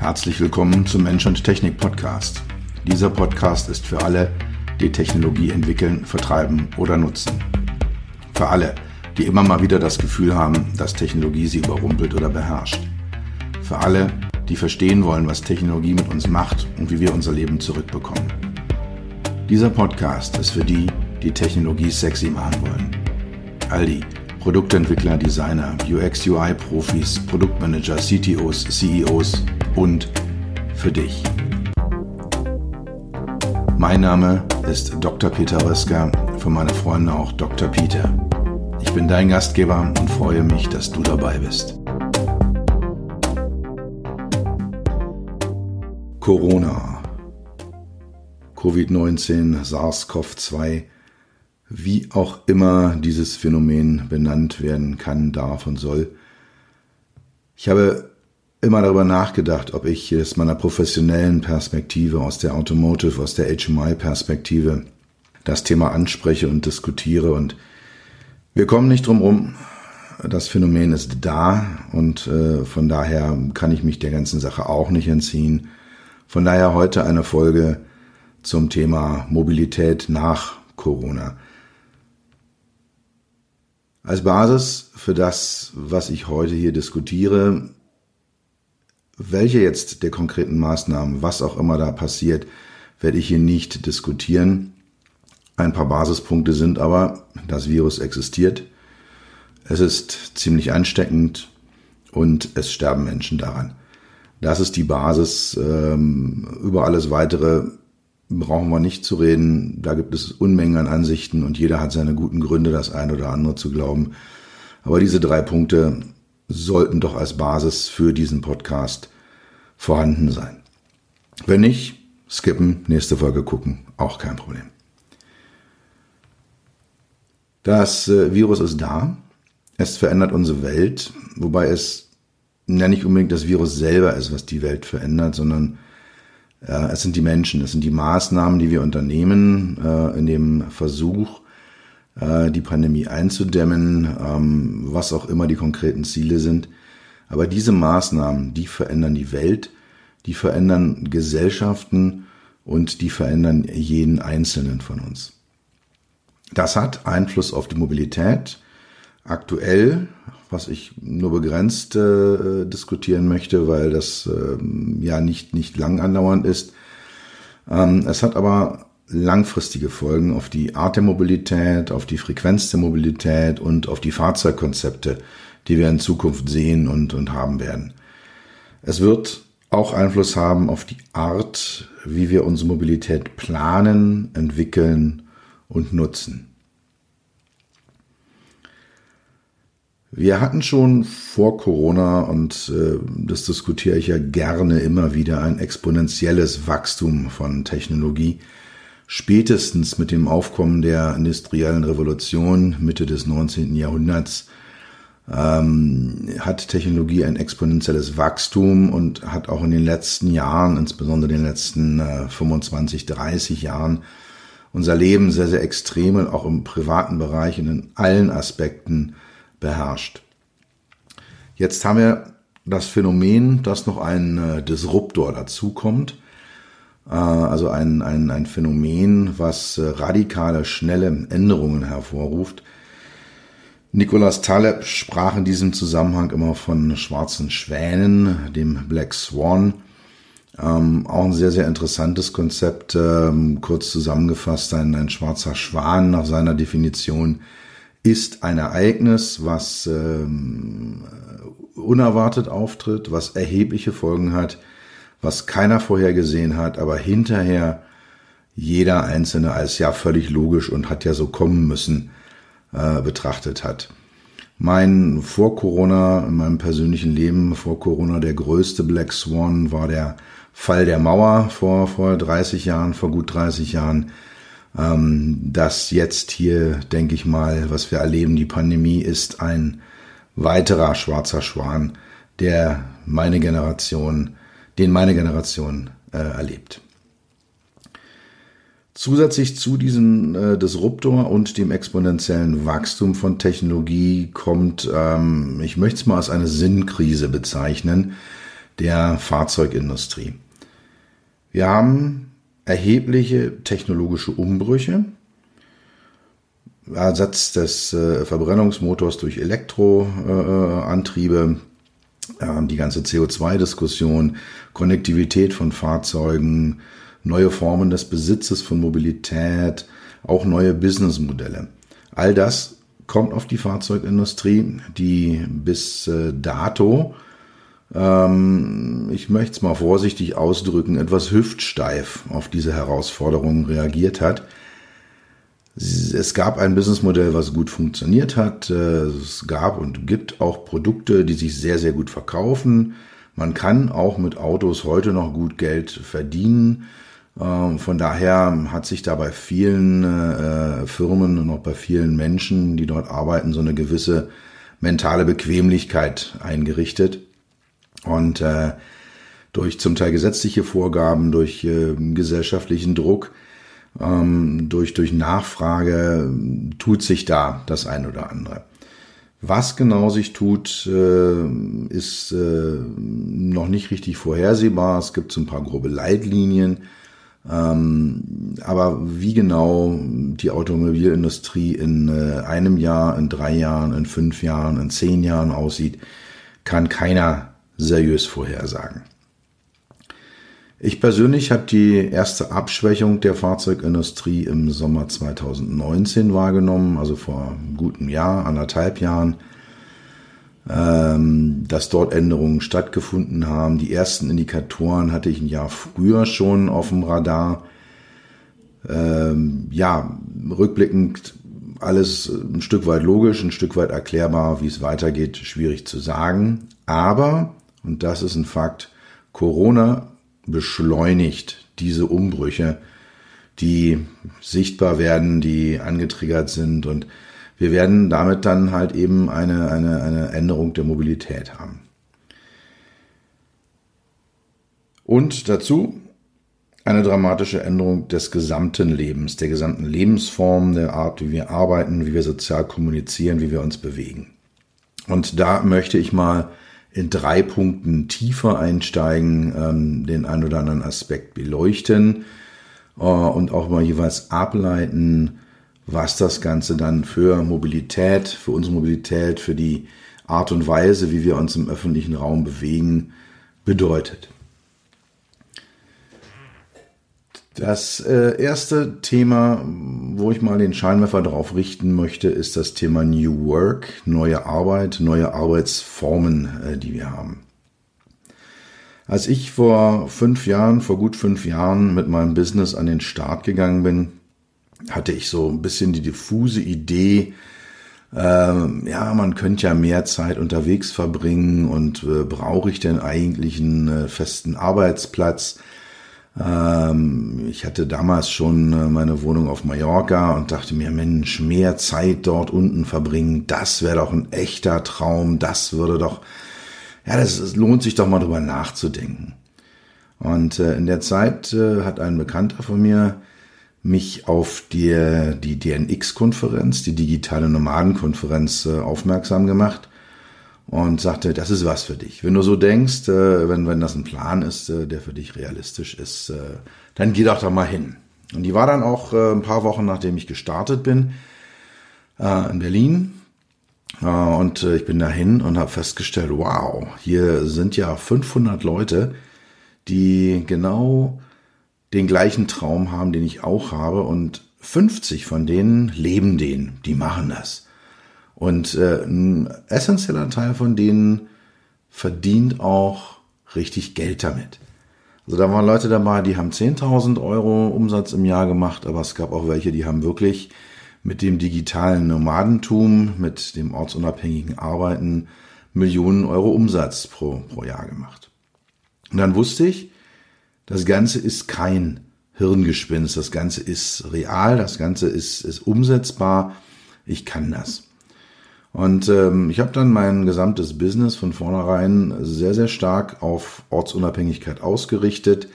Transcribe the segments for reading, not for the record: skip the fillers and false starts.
Herzlich willkommen zum Mensch und Technik Podcast. Dieser Podcast ist für alle, die Technologie entwickeln, vertreiben oder nutzen. Für alle, die immer mal wieder das Gefühl haben, dass Technologie sie überrumpelt oder beherrscht. Für alle, die verstehen wollen, was Technologie mit uns macht und wie wir unser Leben zurückbekommen. Dieser Podcast ist für die, die Technologie sexy machen wollen. All die Produktentwickler, Designer, UX-UI-Profis, Produktmanager, CTOs, CEOs und für dich. Mein Name ist Dr. Peter Röska, für meine Freunde auch Dr. Peter. Ich bin dein Gastgeber und freue mich, dass du dabei bist. Corona, Covid-19, SARS-CoV-2, wie auch immer dieses Phänomen benannt werden kann, darf und soll. Ich habe immer darüber nachgedacht, ob ich aus meiner professionellen Perspektive, aus der Automotive, aus der HMI-Perspektive das Thema anspreche und diskutiere. Und wir kommen nicht drum rum. Das Phänomen ist da und von daher kann ich mich der ganzen Sache auch nicht entziehen. Von daher heute eine Folge zum Thema Mobilität nach Corona. Als Basis für das, was ich heute hier diskutiere, welche jetzt der konkreten Maßnahmen, was auch immer da passiert, werde ich hier nicht diskutieren. Ein paar Basispunkte sind aber, das Virus existiert, es ist ziemlich ansteckend und es sterben Menschen daran. Das ist die Basis. Über alles Weitere brauchen wir nicht zu reden. Da gibt es Unmengen an Ansichten und jeder hat seine guten Gründe, das eine oder andere zu glauben. Aber diese 3 Punkte sollten doch als Basis für diesen Podcast vorhanden sein. Wenn nicht, skippen, nächste Folge gucken, auch kein Problem. Das Virus ist da. Es verändert unsere Welt, wobei es ja nicht unbedingt das Virus selber ist, was die Welt verändert, sondern es sind die Menschen, es sind die Maßnahmen, die wir unternehmen in dem Versuch, die Pandemie einzudämmen, was auch immer die konkreten Ziele sind. Aber diese Maßnahmen, die verändern die Welt, die verändern Gesellschaften und die verändern jeden Einzelnen von uns. Das hat Einfluss auf die Mobilität. Aktuell, was ich nur begrenzt diskutieren möchte, weil das ja nicht lang andauernd ist. Es hat aber langfristige Folgen auf die Art der Mobilität, auf die Frequenz der Mobilität und auf die Fahrzeugkonzepte, die wir in Zukunft sehen und haben werden. Es wird auch Einfluss haben auf die Art, wie wir unsere Mobilität planen, entwickeln und nutzen. Wir hatten schon vor Corona, und das diskutiere ich ja gerne immer wieder, ein exponentielles Wachstum von Technologie. Spätestens mit dem Aufkommen der industriellen Revolution Mitte des 19. Jahrhunderts hat Technologie ein exponentielles Wachstum und hat auch in den letzten Jahren, insbesondere in den letzten 25, 30 Jahren, unser Leben sehr, sehr extrem und auch im privaten Bereich und in allen Aspekten beherrscht. Jetzt haben wir das Phänomen, dass noch ein Disruptor dazukommt, also ein Phänomen, was radikale, schnelle Änderungen hervorruft. Nicholas Taleb sprach in diesem Zusammenhang immer von schwarzen Schwänen, dem Black Swan. Auch ein sehr, sehr interessantes Konzept, kurz zusammengefasst, ein schwarzer Schwan nach seiner Definition ist ein Ereignis, was unerwartet auftritt, was erhebliche Folgen hat, was keiner vorhergesehen hat, aber hinterher jeder Einzelne als ja völlig logisch und hat ja so kommen müssen betrachtet hat. Vor Corona, in meinem persönlichen Leben, vor Corona der größte Black Swan war der Fall der Mauer vor gut 30 Jahren. Das jetzt hier, denke ich mal, was wir erleben, die Pandemie, ist ein weiterer schwarzer Schwan, den meine Generation erlebt. Zusätzlich zu diesem Disruptor und dem exponentiellen Wachstum von Technologie kommt, ich möchte es mal als eine Sinnkrise bezeichnen, der Fahrzeugindustrie. Wir haben erhebliche technologische Umbrüche. Ersatz des Verbrennungsmotors durch Elektroantriebe, die ganze CO2-Diskussion, Konnektivität von Fahrzeugen, neue Formen des Besitzes von Mobilität, auch neue Businessmodelle. All das kommt auf die Fahrzeugindustrie, die bis dato, ich möchte es mal vorsichtig ausdrücken, etwas hüftsteif auf diese Herausforderungen reagiert hat. Es gab ein Businessmodell, was gut funktioniert hat. Es gab und gibt auch Produkte, die sich sehr, sehr gut verkaufen. Man kann auch mit Autos heute noch gut Geld verdienen. Von daher hat sich da bei vielen Firmen und auch bei vielen Menschen, die dort arbeiten, so eine gewisse mentale Bequemlichkeit eingerichtet. Und durch zum Teil gesetzliche Vorgaben, durch gesellschaftlichen Druck, durch Nachfrage tut sich da das ein oder andere. Was genau sich tut, ist noch nicht richtig vorhersehbar. Es gibt so ein paar grobe Leitlinien. Aber wie genau die Automobilindustrie in einem Jahr, in 3 Jahren, in 5 Jahren, in 10 Jahren aussieht, kann keiner seriös vorhersagen. Ich persönlich habe die erste Abschwächung der Fahrzeugindustrie im Sommer 2019 wahrgenommen, also vor einem guten Jahr, 1,5 Jahren, dass dort Änderungen stattgefunden haben. Die ersten Indikatoren hatte ich ein Jahr früher schon auf dem Radar. Rückblickend alles ein Stück weit logisch, ein Stück weit erklärbar, wie es weitergeht, schwierig zu sagen. Aber, und das ist ein Fakt, Corona beschleunigt diese Umbrüche, die sichtbar werden, die angetriggert sind, und wir werden damit dann halt eben eine Änderung der Mobilität haben. Und dazu eine dramatische Änderung des gesamten Lebens, der gesamten Lebensform, der Art, wie wir arbeiten, wie wir sozial kommunizieren, wie wir uns bewegen. Und da möchte ich mal in 3 Punkten tiefer einsteigen, den ein oder anderen Aspekt beleuchten und auch mal jeweils ableiten, was das Ganze dann für Mobilität, für unsere Mobilität, für die Art und Weise, wie wir uns im öffentlichen Raum bewegen, bedeutet. Das erste Thema, wo ich mal den Scheinwerfer darauf richten möchte, ist das Thema New Work, neue Arbeit, neue Arbeitsformen, die wir haben. Als ich vor gut 5 Jahren mit meinem Business an den Start gegangen bin, hatte ich so ein bisschen die diffuse Idee, man könnte ja mehr Zeit unterwegs verbringen, und brauche ich denn eigentlich einen festen Arbeitsplatz? Ich hatte damals schon meine Wohnung auf Mallorca und dachte mir, Mensch, mehr Zeit dort unten verbringen, das wäre doch ein echter Traum, das lohnt sich doch mal drüber nachzudenken. Und in der Zeit hat ein Bekannter von mir mich auf die DNX-Konferenz, die digitale Nomadenkonferenz, aufmerksam gemacht und sagte, das ist was für dich. Wenn du so denkst, wenn das ein Plan ist, der für dich realistisch ist, dann geh doch da mal hin. Und die war dann auch ein paar Wochen, nachdem ich gestartet bin, in Berlin. Und ich bin dahin und habe festgestellt, wow, hier sind ja 500 Leute, die genau den gleichen Traum haben, den ich auch habe, und 50 von denen leben den, die machen das. Und ein essentieller Teil von denen verdient auch richtig Geld damit. Also da waren Leute dabei, die haben 10.000 Euro Umsatz im Jahr gemacht, aber es gab auch welche, die haben wirklich mit dem digitalen Nomadentum, mit dem ortsunabhängigen Arbeiten Millionen Euro Umsatz pro Jahr gemacht. Und dann wusste ich, das Ganze ist kein Hirngespinst, das Ganze ist real, das Ganze ist umsetzbar, ich kann das. Und ich habe dann mein gesamtes Business von vornherein sehr, sehr stark auf Ortsunabhängigkeit ausgerichtet.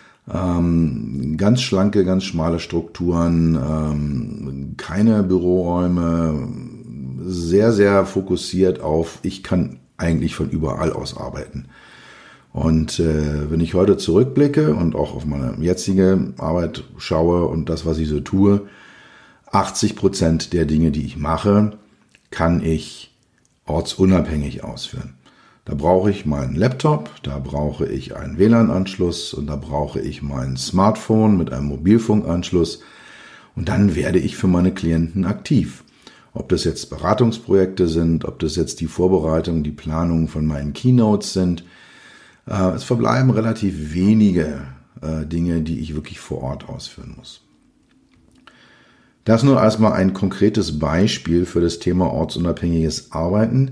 Ganz schlanke, ganz schmale Strukturen, keine Büroräume, sehr, sehr fokussiert auf, ich kann eigentlich von überall aus arbeiten. Und wenn ich heute zurückblicke und auch auf meine jetzige Arbeit schaue und das, was ich so tue, 80% der Dinge, die ich mache, kann ich ortsunabhängig ausführen. Da brauche ich meinen Laptop, da brauche ich einen WLAN-Anschluss und da brauche ich mein Smartphone mit einem Mobilfunkanschluss und dann werde ich für meine Klienten aktiv. Ob das jetzt Beratungsprojekte sind, ob das jetzt die Vorbereitung, die Planung von meinen Keynotes sind. Es verbleiben relativ wenige Dinge, die ich wirklich vor Ort ausführen muss. Das nur erstmal ein konkretes Beispiel für das Thema ortsunabhängiges Arbeiten.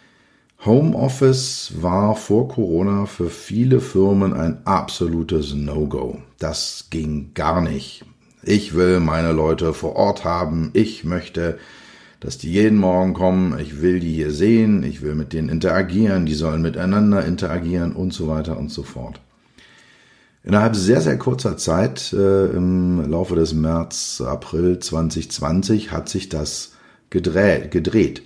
Homeoffice war vor Corona für viele Firmen ein absolutes No-Go. Das ging gar nicht. Ich will meine Leute vor Ort haben. Ich möchte, dass die jeden Morgen kommen. Ich will die hier sehen. Ich will mit denen interagieren. Die sollen miteinander interagieren und so weiter und so fort. Innerhalb sehr, sehr kurzer Zeit, im Laufe des März, April 2020, hat sich das gedreht.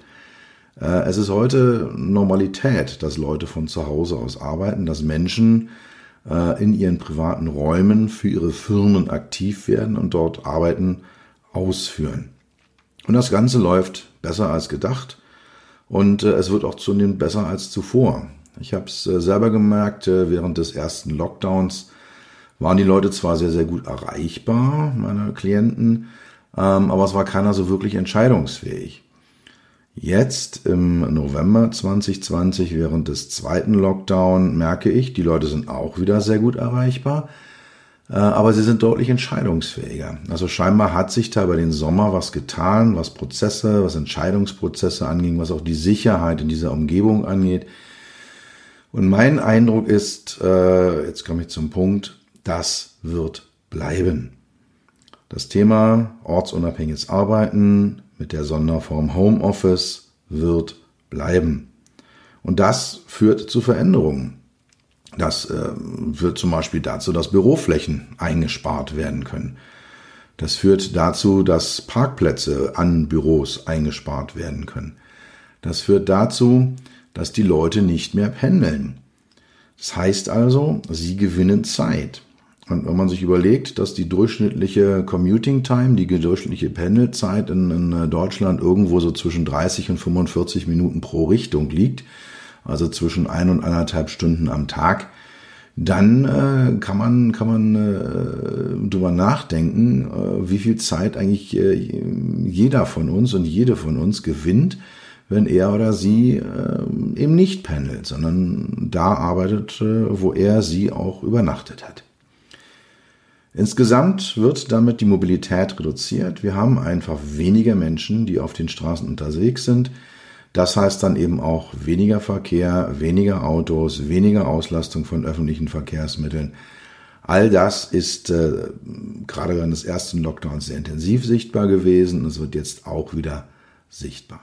Es ist heute Normalität, dass Leute von zu Hause aus arbeiten, dass Menschen in ihren privaten Räumen für ihre Firmen aktiv werden und dort Arbeiten ausführen. Und das Ganze läuft besser als gedacht und es wird auch zunehmend besser als zuvor. Ich habe es selber gemerkt, während des ersten Lockdowns waren die Leute zwar sehr, sehr gut erreichbar, meine Klienten, aber es war keiner so wirklich entscheidungsfähig. Jetzt im November 2020, während des zweiten Lockdown, merke ich, die Leute sind auch wieder sehr gut erreichbar, aber sie sind deutlich entscheidungsfähiger. Also scheinbar hat sich da über den Sommer was getan, was Prozesse, was Entscheidungsprozesse anging, was auch die Sicherheit in dieser Umgebung angeht. Und mein Eindruck ist, jetzt komme ich zum Punkt, das wird bleiben. Das Thema ortsunabhängiges Arbeiten mit der Sonderform Homeoffice wird bleiben. Und das führt zu Veränderungen. Das führt zum Beispiel dazu, dass Büroflächen eingespart werden können. Das führt dazu, dass Parkplätze an Büros eingespart werden können. Das führt dazu, dass die Leute nicht mehr pendeln. Das heißt also, sie gewinnen Zeit. Und wenn man sich überlegt, dass die durchschnittliche Commuting Time, die durchschnittliche Pendelzeit in Deutschland irgendwo so zwischen 30 und 45 Minuten pro Richtung liegt, also zwischen 1 und 1,5 Stunden am Tag, dann kann man drüber nachdenken, wie viel Zeit eigentlich jeder von uns und jede von uns gewinnt, wenn er oder sie eben nicht pendelt, sondern da arbeitet, wo er sie auch übernachtet hat. Insgesamt wird damit die Mobilität reduziert. Wir haben einfach weniger Menschen, die auf den Straßen unterwegs sind. Das heißt dann eben auch weniger Verkehr, weniger Autos, weniger Auslastung von öffentlichen Verkehrsmitteln. All das ist gerade während des ersten Lockdowns sehr intensiv sichtbar gewesen und es wird jetzt auch wieder sichtbar.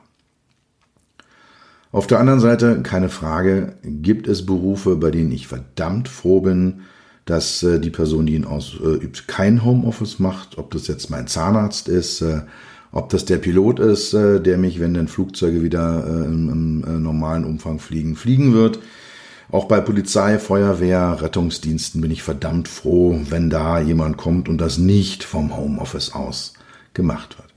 Auf der anderen Seite, keine Frage, gibt es Berufe, bei denen ich verdammt froh bin, dass die Person, die ihn ausübt, kein Homeoffice macht, ob das jetzt mein Zahnarzt ist, ob das der Pilot ist, der mich, wenn dann Flugzeuge wieder im normalen Umfang fliegen wird. Auch bei Polizei, Feuerwehr, Rettungsdiensten bin ich verdammt froh, wenn da jemand kommt und das nicht vom Homeoffice aus gemacht wird.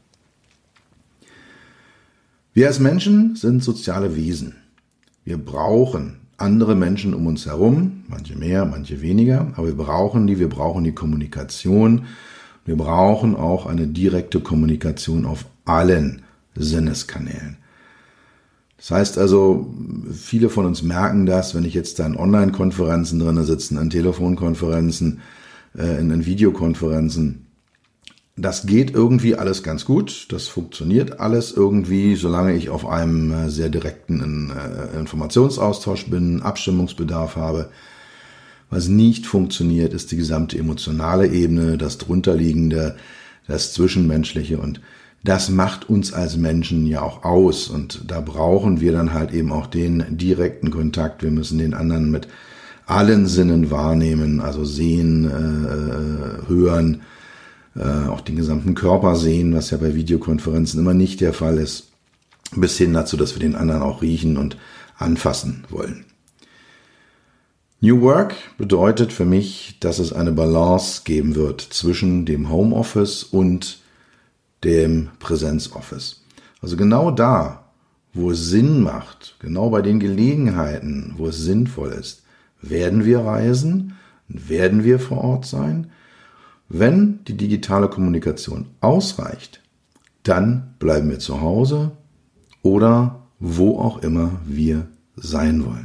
Wir als Menschen sind soziale Wesen. Wir brauchen andere Menschen um uns herum, manche mehr, manche weniger, aber wir brauchen die Kommunikation. Wir brauchen auch eine direkte Kommunikation auf allen Sinneskanälen. Das heißt also, viele von uns merken das, wenn ich jetzt da in Online-Konferenzen drin sitze, in Telefonkonferenzen, in Videokonferenzen. Das geht irgendwie alles ganz gut, das funktioniert alles irgendwie, solange ich auf einem sehr direkten Informationsaustausch bin, Abstimmungsbedarf habe. Was nicht funktioniert, ist die gesamte emotionale Ebene, das drunterliegende, das Zwischenmenschliche und das macht uns als Menschen ja auch aus und da brauchen wir dann halt eben auch den direkten Kontakt. Wir müssen den anderen mit allen Sinnen wahrnehmen, also sehen, hören, auch den gesamten Körper sehen, was ja bei Videokonferenzen immer nicht der Fall ist, bis hin dazu, dass wir den anderen auch riechen und anfassen wollen. New Work bedeutet für mich, dass es eine Balance geben wird zwischen dem Homeoffice und dem Präsenzoffice. Also genau da, wo es Sinn macht, genau bei den Gelegenheiten, wo es sinnvoll ist, werden wir reisen, werden wir vor Ort sein. Wenn die digitale Kommunikation ausreicht, dann bleiben wir zu Hause oder wo auch immer wir sein wollen.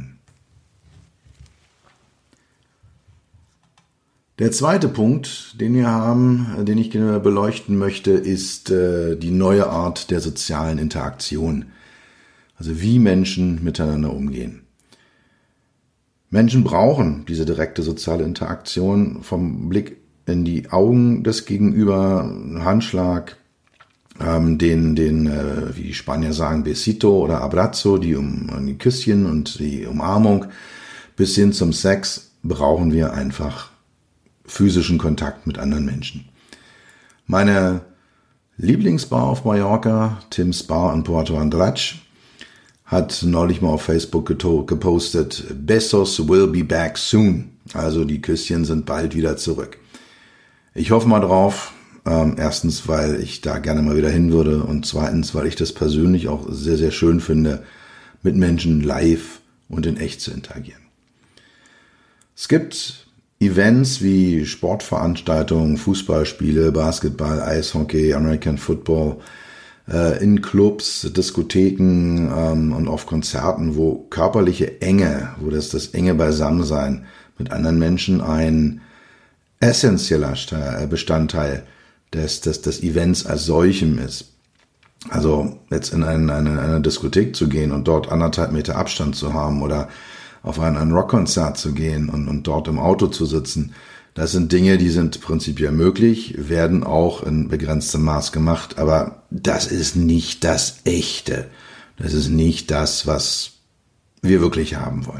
Der zweite Punkt, den wir haben, den ich gerne beleuchten möchte, ist die neue Art der sozialen Interaktion. Also wie Menschen miteinander umgehen. Menschen brauchen diese direkte soziale Interaktion vom Blick in die Augen des Gegenüber, Handschlag, wie die Spanier sagen, Besito oder Abrazo, die Küsschen und die Umarmung, bis hin zum Sex brauchen wir einfach physischen Kontakt mit anderen Menschen. Meine Lieblingsbar auf Mallorca, Tim's Bar in Porto Andratx, hat neulich mal auf Facebook gepostet, Besos will be back soon. Also die Küsschen sind bald wieder zurück. Ich hoffe mal drauf. Erstens, weil ich da gerne mal wieder hin würde und zweitens, weil ich das persönlich auch sehr, sehr schön finde, mit Menschen live und in echt zu interagieren. Es gibt Events wie Sportveranstaltungen, Fußballspiele, Basketball, Eishockey, American Football, in Clubs, Diskotheken und auf Konzerten, wo körperliche Enge, wo das enge Beisammensein mit anderen Menschen ein essentieller Bestandteil des Events als solchem ist. Also jetzt in eine Diskothek zu gehen und dort 1,5 Meter Abstand zu haben oder auf ein Rockkonzert zu gehen und dort im Auto zu sitzen, das sind Dinge, die sind prinzipiell möglich, werden auch in begrenztem Maß gemacht, aber das ist nicht das Echte. Das ist nicht das, was wir wirklich haben wollen.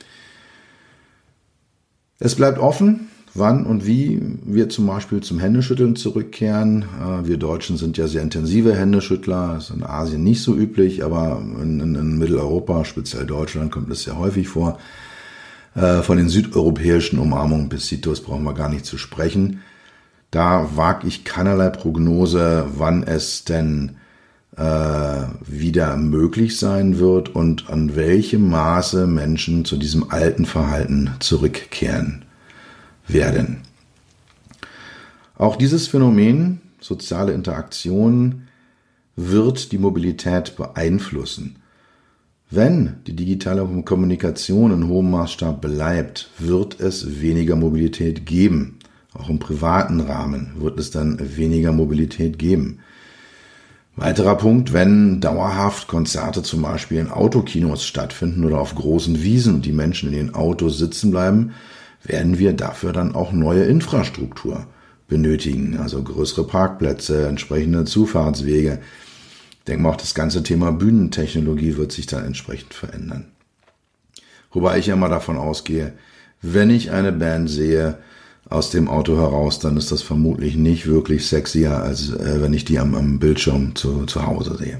Es bleibt offen, wann und wie wir zum Beispiel zum Händeschütteln zurückkehren. Wir Deutschen sind ja sehr intensive Händeschüttler, das ist in Asien nicht so üblich, aber in Mitteleuropa, speziell Deutschland, kommt es sehr häufig vor. Von den südeuropäischen Umarmungen, Besitos, brauchen wir gar nicht zu sprechen. Da wage ich keinerlei Prognose, wann es denn wieder möglich sein wird und an welchem Maße Menschen zu diesem alten Verhalten zurückkehren werden. Auch dieses Phänomen, soziale Interaktion, wird die Mobilität beeinflussen. Wenn die digitale Kommunikation in hohem Maßstab bleibt, wird es weniger Mobilität geben. Auch im privaten Rahmen wird es dann weniger Mobilität geben. Weiterer Punkt, wenn dauerhaft Konzerte zum Beispiel in Autokinos stattfinden oder auf großen Wiesen und die Menschen in den Autos sitzen bleiben, werden wir dafür dann auch neue Infrastruktur benötigen, also größere Parkplätze, entsprechende Zufahrtswege. Ich denke mal, auch das ganze Thema Bühnentechnologie wird sich dann entsprechend verändern. Wobei ich ja mal davon ausgehe, wenn ich eine Band sehe aus dem Auto heraus, dann ist das vermutlich nicht wirklich sexier, als wenn ich die am Bildschirm zu Hause sehe.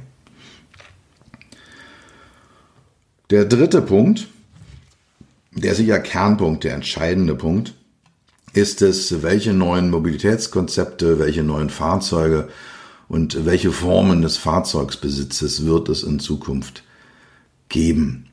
Der dritte Punkt, der sicher Kernpunkt, der entscheidende Punkt, ist es, welche neuen Mobilitätskonzepte, welche neuen Fahrzeuge und welche Formen des Fahrzeugsbesitzes wird es in Zukunft geben.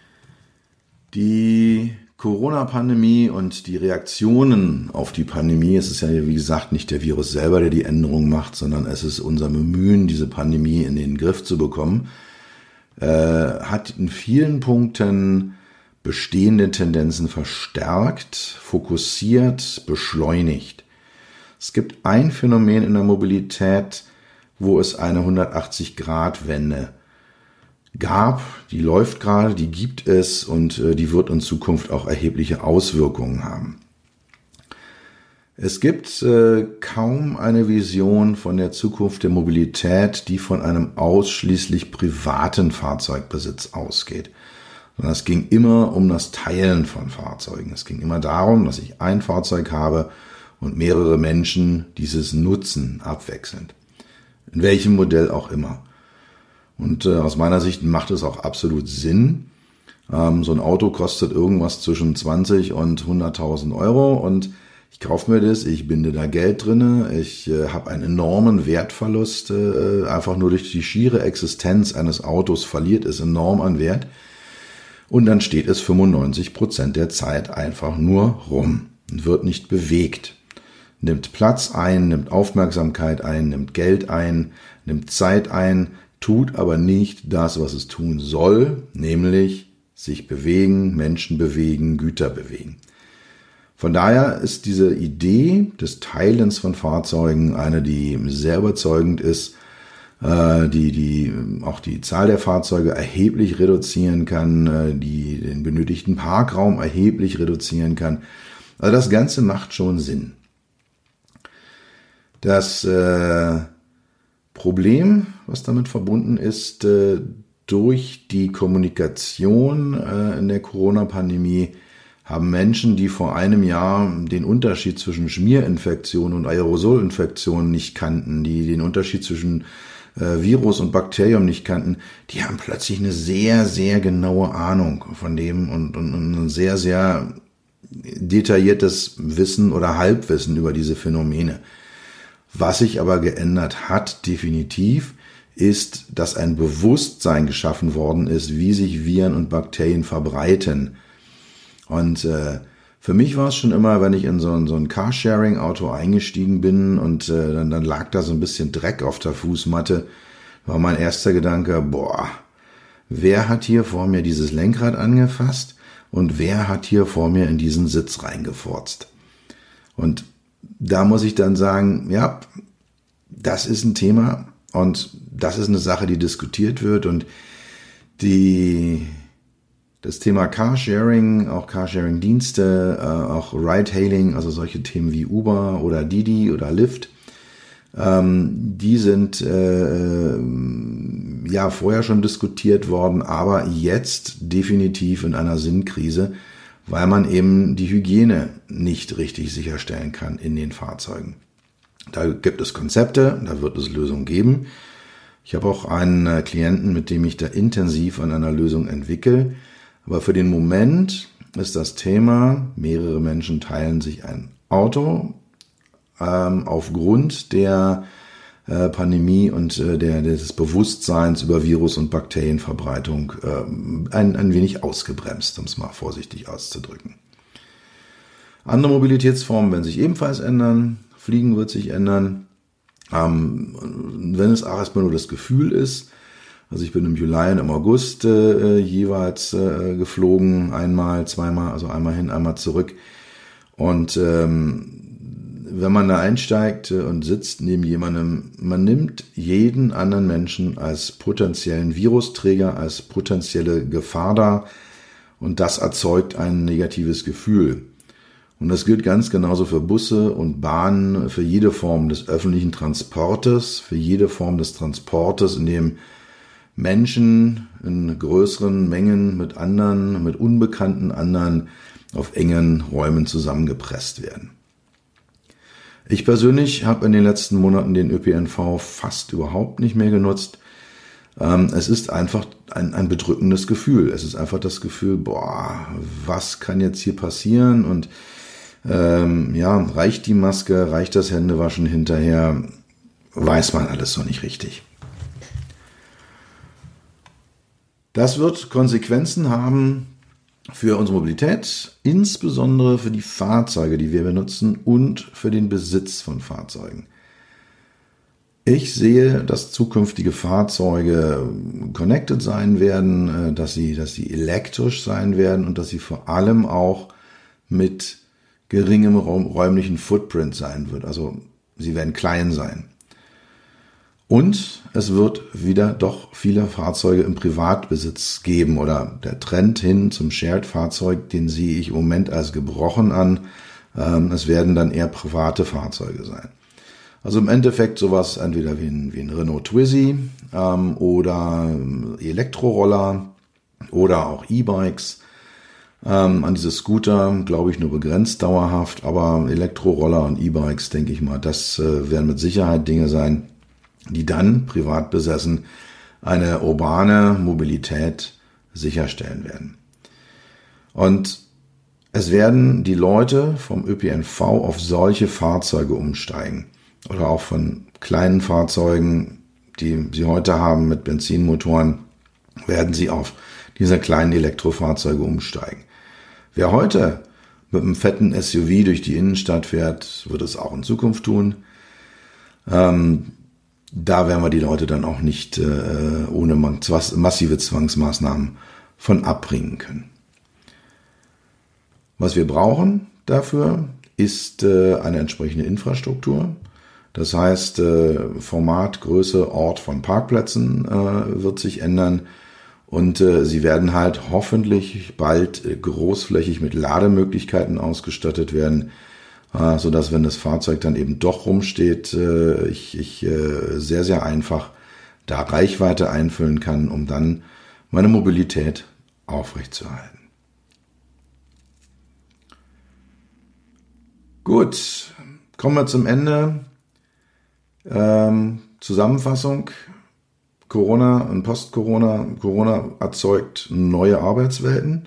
Die Corona-Pandemie und die Reaktionen auf die Pandemie, es ist ja wie gesagt nicht der Virus selber, der die Änderung macht, sondern es ist unser Bemühen, diese Pandemie in den Griff zu bekommen, hat in vielen Punkten bestehende Tendenzen verstärkt, fokussiert, beschleunigt. Es gibt ein Phänomen in der Mobilität, wo es eine 180-Grad-Wende gab, die läuft gerade, die gibt es und die wird in Zukunft auch erhebliche Auswirkungen haben. Es gibt kaum eine Vision von der Zukunft der Mobilität, die von einem ausschließlich privaten Fahrzeugbesitz ausgeht. Sondern es ging immer um das Teilen von Fahrzeugen. Es ging immer darum, dass ich ein Fahrzeug habe und mehrere Menschen dieses nutzen, abwechselnd. In welchem Modell auch immer. Und aus meiner Sicht macht es auch absolut Sinn. So ein Auto kostet irgendwas zwischen 20 und 100.000 Euro und ich kaufe mir das, ich binde da Geld drinne, ich habe einen enormen Wertverlust, einfach nur durch die schiere Existenz eines Autos verliert es enorm an Wert und dann steht es 95% der Zeit einfach nur rum und wird nicht bewegt. Nimmt Platz ein, nimmt Aufmerksamkeit ein, nimmt Geld ein, nimmt Zeit ein, tut aber nicht das, was es tun soll, nämlich sich bewegen, Menschen bewegen, Güter bewegen. Von daher ist diese Idee des Teilens von Fahrzeugen eine, die sehr überzeugend ist, die auch die Zahl der Fahrzeuge erheblich reduzieren kann, die den benötigten Parkraum erheblich reduzieren kann. Also das Ganze macht schon Sinn. Das Problem, was damit verbunden ist, durch die Kommunikation in der Corona-Pandemie haben Menschen, die vor einem Jahr den Unterschied zwischen Schmierinfektion und Aerosolinfektion nicht kannten, die den Unterschied zwischen Virus und Bakterium nicht kannten, die haben plötzlich eine sehr, sehr genaue Ahnung von dem und ein sehr, sehr detailliertes Wissen oder Halbwissen über diese Phänomene. Was sich aber geändert hat, definitiv, ist, dass ein Bewusstsein geschaffen worden ist, wie sich Viren und Bakterien verbreiten. Und für mich war es schon immer, wenn ich in so ein Carsharing-Auto eingestiegen bin und dann lag da so ein bisschen Dreck auf der Fußmatte, war mein erster Gedanke, wer hat hier vor mir dieses Lenkrad angefasst und wer hat hier vor mir in diesen Sitz reingefurzt? Und da muss ich dann sagen, ja, das ist ein Thema und das ist eine Sache, die diskutiert wird und das Thema Carsharing, auch Carsharing-Dienste, auch Ride-Hailing, also solche Themen wie Uber oder Didi oder Lyft, die sind ja vorher schon diskutiert worden, aber jetzt definitiv in einer Sinnkrise, weil man eben die Hygiene nicht richtig sicherstellen kann in den Fahrzeugen. Da gibt es Konzepte, da wird es Lösungen geben. Ich habe auch einen Klienten, mit dem ich da intensiv an einer Lösung entwickle. Aber für den Moment ist das Thema, mehrere Menschen teilen sich ein Auto aufgrund der Pandemie und des Bewusstseins über Virus- und Bakterienverbreitung ein wenig ausgebremst, um es mal vorsichtig auszudrücken. Andere Mobilitätsformen werden sich ebenfalls ändern. Fliegen wird sich ändern. Wenn es auch erstmal nur das Gefühl ist, also ich bin im Juli und im August jeweils geflogen, einmal, zweimal, also einmal hin, einmal zurück. Und wenn man da einsteigt und sitzt neben jemandem, man nimmt jeden anderen Menschen als potenziellen Virusträger, als potenzielle Gefahr dar und das erzeugt ein negatives Gefühl. Und das gilt ganz genauso für Busse und Bahnen, für jede Form des öffentlichen Transportes, für jede Form des Transportes, in dem Menschen in größeren Mengen mit unbekannten anderen auf engen Räumen zusammengepresst werden. Ich persönlich habe in den letzten Monaten den ÖPNV fast überhaupt nicht mehr genutzt. Es ist einfach ein bedrückendes Gefühl. Es ist einfach das Gefühl, was kann jetzt hier passieren? Und reicht die Maske, reicht das Händewaschen hinterher? Weiß man alles so nicht richtig. Das wird Konsequenzen haben für unsere Mobilität, insbesondere für die Fahrzeuge, die wir benutzen und für den Besitz von Fahrzeugen. Ich sehe, dass zukünftige Fahrzeuge connected sein werden, dass sie elektrisch sein werden und dass sie vor allem auch mit geringem räumlichen Footprint sein wird. Also sie werden klein sein. Und es wird wieder doch viele Fahrzeuge im Privatbesitz geben oder der Trend hin zum Shared-Fahrzeug, den sehe ich im Moment als gebrochen an. Es werden dann eher private Fahrzeuge sein. Also im Endeffekt sowas entweder wie ein Renault Twizy oder Elektroroller oder auch E-Bikes. An diese Scooter glaube ich nur begrenzt dauerhaft, aber Elektroroller und E-Bikes, denke ich mal, das werden mit Sicherheit Dinge sein, die dann privat besessen eine urbane Mobilität sicherstellen werden. Und es werden die Leute vom ÖPNV auf solche Fahrzeuge umsteigen oder auch von kleinen Fahrzeugen, die sie heute haben mit Benzinmotoren, werden sie auf diese kleinen Elektrofahrzeuge umsteigen. Wer heute mit einem fetten SUV durch die Innenstadt fährt, wird es auch in Zukunft tun. Da werden wir die Leute dann auch nicht ohne massive Zwangsmaßnahmen von abbringen können. Was wir brauchen dafür ist eine entsprechende Infrastruktur. Das heißt, Format, Größe, Ort von Parkplätzen wird sich ändern. Und sie werden halt hoffentlich bald großflächig mit Lademöglichkeiten ausgestattet werden, sodass, wenn das Fahrzeug dann eben doch rumsteht, ich sehr, sehr einfach da Reichweite einfüllen kann, um dann meine Mobilität aufrechtzuerhalten. Gut, kommen wir zum Ende. Zusammenfassung. Corona und Post-Corona. Corona erzeugt neue Arbeitswelten.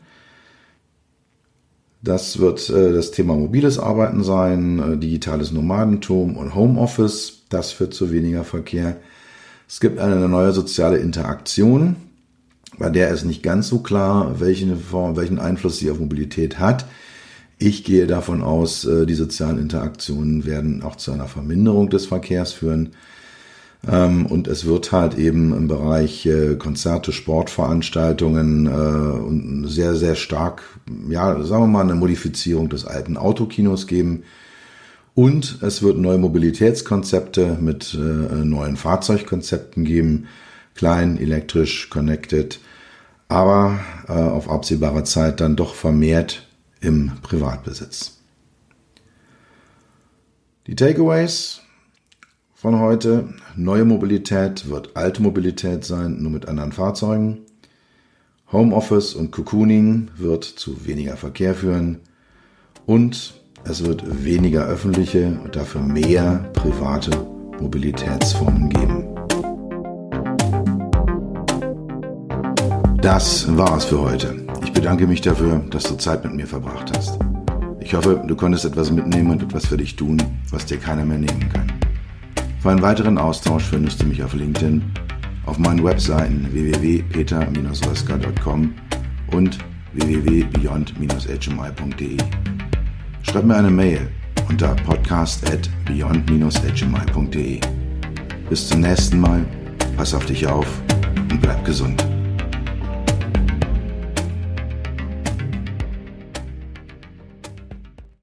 Das wird das Thema mobiles Arbeiten sein, digitales Nomadentum und Homeoffice. Das führt zu weniger Verkehr. Es gibt eine neue soziale Interaktion, bei der ist nicht ganz so klar, welchen Einfluss sie auf Mobilität hat. Ich gehe davon aus, die sozialen Interaktionen werden auch zu einer Verminderung des Verkehrs führen. Und es wird halt eben im Bereich Konzerte, Sportveranstaltungen und sehr, sehr stark, ja, sagen wir mal, eine Modifizierung des alten Autokinos geben. Und es wird neue Mobilitätskonzepte mit neuen Fahrzeugkonzepten geben, klein, elektrisch, connected, aber auf absehbare Zeit dann doch vermehrt im Privatbesitz. Die Takeaways von heute: Neue Mobilität wird alte Mobilität sein, nur mit anderen Fahrzeugen. Homeoffice und Cocooning wird zu weniger Verkehr führen. Und es wird weniger öffentliche und dafür mehr private Mobilitätsformen geben. Das war's für heute. Ich bedanke mich dafür, dass du Zeit mit mir verbracht hast. Ich hoffe, du konntest etwas mitnehmen und etwas für dich tun, was dir keiner mehr nehmen kann. Für einen weiteren Austausch findest du mich auf LinkedIn, auf meinen Webseiten www.peter-röska.com und www.beyond-hmi.de. Schreib mir eine Mail unter podcast@beyond-hmi.de. Bis zum nächsten Mal, pass auf dich auf und bleib gesund.